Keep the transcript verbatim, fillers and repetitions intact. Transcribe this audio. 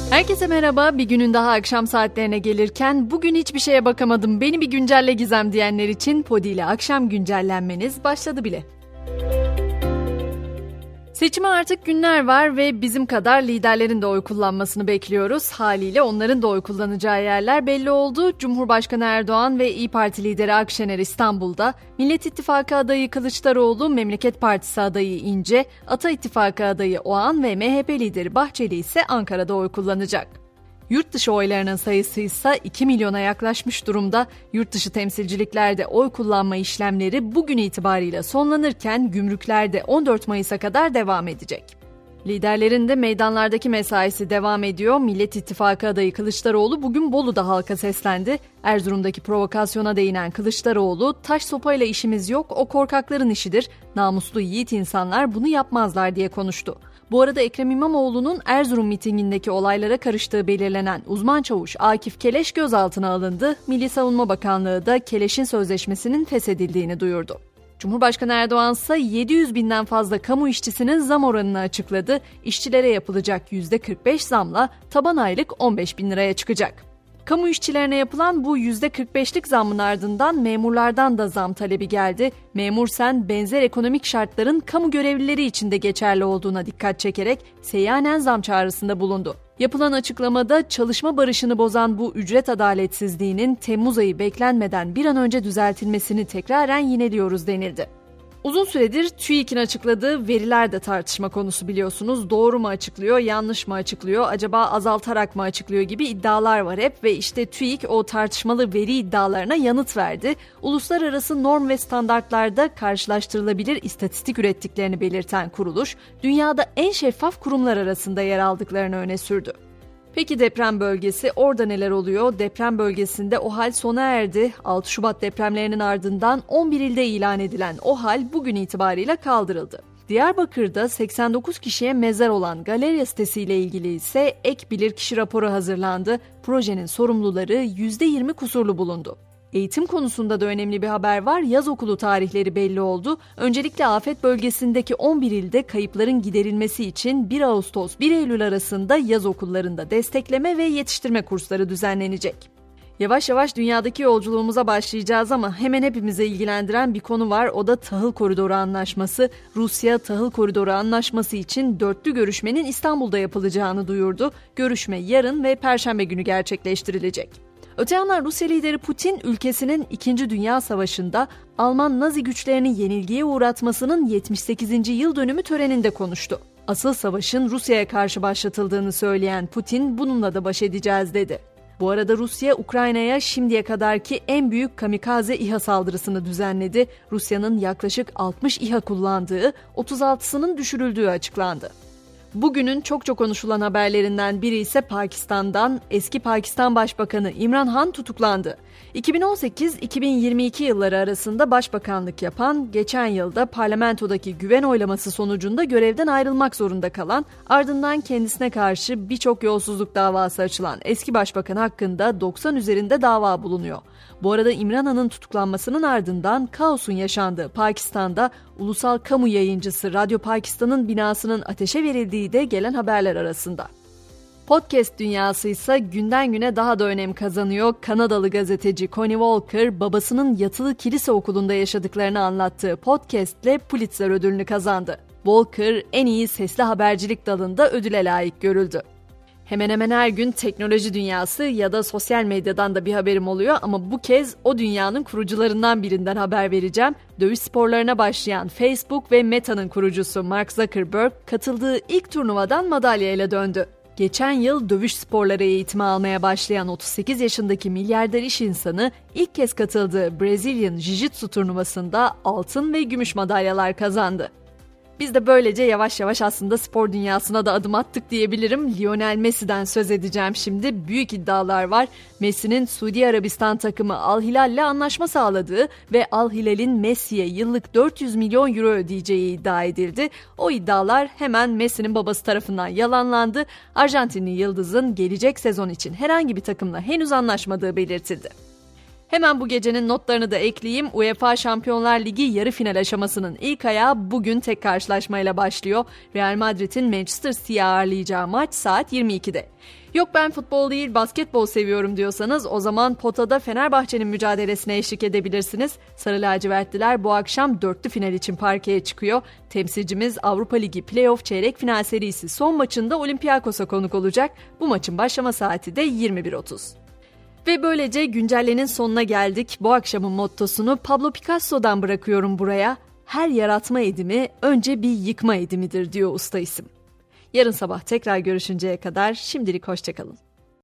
Herkese merhaba. Bir günün daha akşam saatlerine gelirken bugün hiçbir şeye bakamadım, beni bir güncelle Gizem diyenler için Podi ile akşam güncellenmeniz başladı bile. Seçime artık günler var ve bizim kadar liderlerin de oy kullanmasını bekliyoruz. Haliyle onların da oy kullanacağı yerler belli oldu. Cumhurbaşkanı Erdoğan ve İYİ Parti lideri Akşener İstanbul'da, Millet İttifakı adayı Kılıçdaroğlu, Memleket Partisi adayı İnce, Ata İttifakı adayı Oğan ve M H P lideri Bahçeli ise Ankara'da oy kullanacak. Yurt dışı oylarının sayısı ise iki milyona yaklaşmış durumda. Yurt dışı temsilciliklerde oy kullanma işlemleri bugün itibariyle sonlanırken gümrüklerde on dört Mayıs'a kadar devam edecek. Liderlerin de meydanlardaki mesaisi devam ediyor. Millet İttifakı adayı Kılıçdaroğlu bugün Bolu'da halka seslendi. Erzurum'daki provokasyona değinen Kılıçdaroğlu, "Taş sopayla işimiz yok, o korkakların işidir. Namuslu yiğit insanlar bunu yapmazlar" diye konuştu. Bu arada Ekrem İmamoğlu'nun Erzurum mitingindeki olaylara karıştığı belirlenen uzman çavuş Akif Keleş gözaltına alındı. Milli Savunma Bakanlığı da Keleş'in sözleşmesinin feshedildiğini duyurdu. Cumhurbaşkanı Erdoğan ise yedi yüz binden fazla kamu işçisinin zam oranını açıkladı. İşçilere yapılacak yüzde kırk beş zamla taban aylık on beş bin liraya çıkacak. Kamu işçilerine yapılan bu yüzde kırk beşlik zammın ardından memurlardan da zam talebi geldi. Memur Sen benzer ekonomik şartların kamu görevlileri için de geçerli olduğuna dikkat çekerek seyyanen zam çağrısında bulundu. Yapılan açıklamada çalışma barışını bozan bu ücret adaletsizliğinin Temmuz ayı beklenmeden bir an önce düzeltilmesini tekraren yineliyoruz denildi. Uzun süredir TÜİK'in açıkladığı veriler de tartışma konusu biliyorsunuz. Doğru mu açıklıyor, yanlış mı açıklıyor, acaba azaltarak mı açıklıyor gibi iddialar var hep ve işte TÜİK o tartışmalı veri iddialarına yanıt verdi. Uluslararası norm ve standartlarda karşılaştırılabilir istatistik ürettiklerini belirten kuruluş, dünyada en şeffaf kurumlar arasında yer aldıklarını öne sürdü. Peki deprem bölgesi, orada neler oluyor? Deprem bölgesinde OHAL sona erdi. altı Şubat depremlerinin ardından on bir ilde ilan edilen OHAL bugün itibariyle kaldırıldı. Diyarbakır'da seksen dokuz kişiye mezar olan galerya sitesiyle ilgili ise ek bilirkişi raporu hazırlandı. Projenin sorumluları yüzde yirmi kusurlu bulundu. Eğitim konusunda da önemli bir haber var. Yaz okulu tarihleri belli oldu. Öncelikle afet bölgesindeki on bir ilde kayıpların giderilmesi için bir Ağustos bir Eylül arasında yaz okullarında destekleme ve yetiştirme kursları düzenlenecek. Yavaş yavaş dünyadaki yolculuğumuza başlayacağız ama hemen hepimizi ilgilendiren bir konu var. O da Tahıl Koridoru Anlaşması. Rusya Tahıl Koridoru Anlaşması için dörtlü görüşmenin İstanbul'da yapılacağını duyurdu. Görüşme yarın ve Perşembe günü gerçekleştirilecek. Öte yandan Rusya lideri Putin, ülkesinin İkinci Dünya Savaşı'nda Alman Nazi güçlerini yenilgiye uğratmasının yetmiş sekizinci yıl dönümü töreninde konuştu. Asıl savaşın Rusya'ya karşı başlatıldığını söyleyen Putin, bununla da baş edeceğiz dedi. Bu arada Rusya, Ukrayna'ya şimdiye kadarki en büyük kamikaze İHA saldırısını düzenledi. Rusya'nın yaklaşık altmış İHA kullandığı, otuz altısının düşürüldüğü açıklandı. Bugünün çok çok konuşulan haberlerinden biri ise Pakistan'dan. Eski Pakistan Başbakanı İmran Han tutuklandı. iki bin on sekiz iki bin yirmi iki yılları arasında başbakanlık yapan, geçen yılda parlamentodaki güven oylaması sonucunda görevden ayrılmak zorunda kalan, ardından kendisine karşı birçok yolsuzluk davası açılan eski başbakan hakkında doksan üzerinde dava bulunuyor. Bu arada İmran Han'ın tutuklanmasının ardından kaosun yaşandığı Pakistan'da ulusal kamu yayıncısı Radyo Pakistan'ın binasının ateşe verildiği de gelen haberler arasında. Podcast dünyası ise günden güne daha da önem kazanıyor. Kanadalı gazeteci Connie Walker, babasının yatılı kilise okulunda yaşadıklarını anlattığı podcastle Pulitzer ödülünü kazandı. Walker, en iyi sesli habercilik dalında ödüle layık görüldü. Hemen hemen her gün teknoloji dünyası ya da sosyal medyadan da bir haberim oluyor ama bu kez o dünyanın kurucularından birinden haber vereceğim. Dövüş sporlarına başlayan Facebook ve Meta'nın kurucusu Mark Zuckerberg katıldığı ilk turnuvadan madalyayla döndü. Geçen yıl dövüş sporları eğitimi almaya başlayan otuz sekiz yaşındaki milyarder iş insanı ilk kez katıldığı Brazilian Jiu-Jitsu turnuvasında altın ve gümüş madalyalar kazandı. Biz de böylece yavaş yavaş aslında spor dünyasına da adım attık diyebilirim. Lionel Messi'den söz edeceğim şimdi. Büyük iddialar var. Messi'nin Suudi Arabistan takımı Al Hilal'le anlaşma sağladığı ve Al Hilal'in Messi'ye yıllık dört yüz milyon euro ödeyeceği iddia edildi. O iddialar hemen Messi'nin babası tarafından yalanlandı. Arjantinli yıldızın gelecek sezon için herhangi bir takımla henüz anlaşmadığı belirtildi. Hemen bu gecenin notlarını da ekleyeyim. UEFA Şampiyonlar Ligi yarı final aşamasının ilk ayağı bugün tek karşılaşmayla başlıyor. Real Madrid'in Manchester City'yi ağırlayacağı maç saat yirmi ikide. Yok ben futbol değil basketbol seviyorum diyorsanız o zaman potada Fenerbahçe'nin mücadelesine eşlik edebilirsiniz. Sarı lacivertliler bu akşam dörtlü final için parkeye çıkıyor. Temsilcimiz Avrupa Ligi Playoff Çeyrek Final serisi son maçında Olympiakos'a konuk olacak. Bu maçın başlama saati de yirmi bir otuz. Ve böylece güncellenin sonuna geldik. Bu akşamın mottosunu Pablo Picasso'dan bırakıyorum buraya. Her yaratma edimi önce bir yıkma edimidir diyor usta isim. Yarın sabah tekrar görüşünceye kadar şimdilik hoşçakalın.